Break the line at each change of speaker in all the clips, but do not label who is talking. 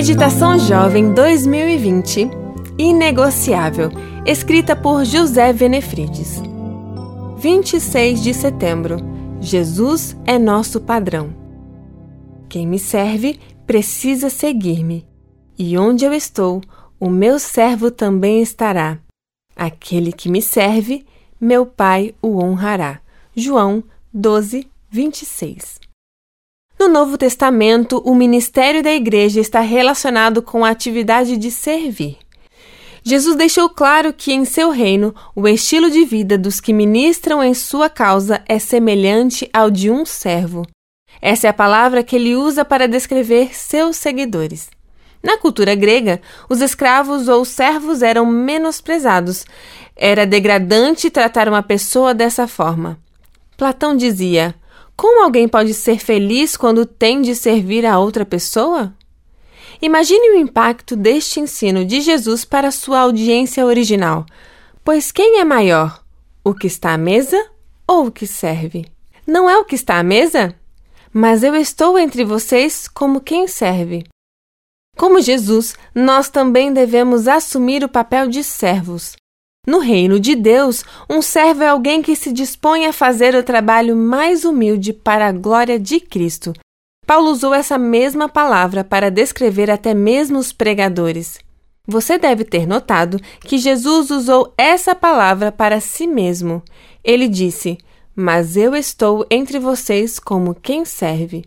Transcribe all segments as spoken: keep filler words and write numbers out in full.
Meditação Jovem dois mil e vinte, Inegociável, escrita por José Venefrides. vinte e seis de setembro. Jesus é nosso padrão. Quem me serve precisa seguir-me, e onde eu estou, o meu servo também estará. Aquele que me serve, meu Pai o honrará. João doze, vinte e seis. No Novo Testamento, o ministério da igreja está relacionado com a atividade de servir. Jesus deixou claro que, em seu reino, o estilo de vida dos que ministram em sua causa é semelhante ao de um servo. Essa é a palavra que ele usa para descrever seus seguidores. Na cultura grega, os escravos ou servos eram menosprezados. Era degradante tratar uma pessoa dessa forma. Platão dizia: como alguém pode ser feliz quando tem de servir a outra pessoa? Imagine o impacto deste ensino de Jesus para sua audiência original. Pois quem é maior, o que está à mesa ou o que serve? Não é o que está à mesa? Mas eu estou entre vocês como quem serve. Como Jesus, nós também devemos assumir o papel de servos. No reino de Deus, um servo é alguém que se dispõe a fazer o trabalho mais humilde para a glória de Cristo. Paulo usou essa mesma palavra para descrever até mesmo os pregadores. Você deve ter notado que Jesus usou essa palavra para si mesmo. Ele disse: mas eu estou entre vocês como quem serve.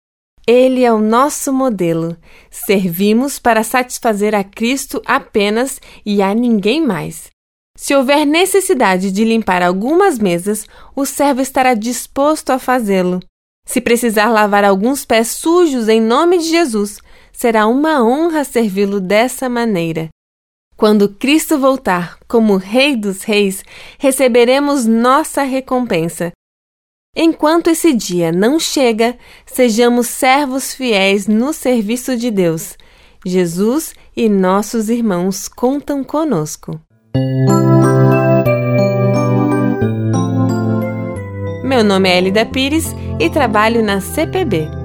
Ele é o nosso modelo. Servimos para satisfazer a Cristo apenas e a ninguém mais. Se houver necessidade de limpar algumas mesas, o servo estará disposto a fazê-lo. Se precisar lavar alguns pés sujos em nome de Jesus, será uma honra servi-lo dessa maneira. Quando Cristo voltar como Rei dos Reis, receberemos nossa recompensa. Enquanto esse dia não chega, sejamos servos fiéis no serviço de Deus. Jesus e nossos irmãos contam conosco. Meu nome é Elida Pires e trabalho na C P B.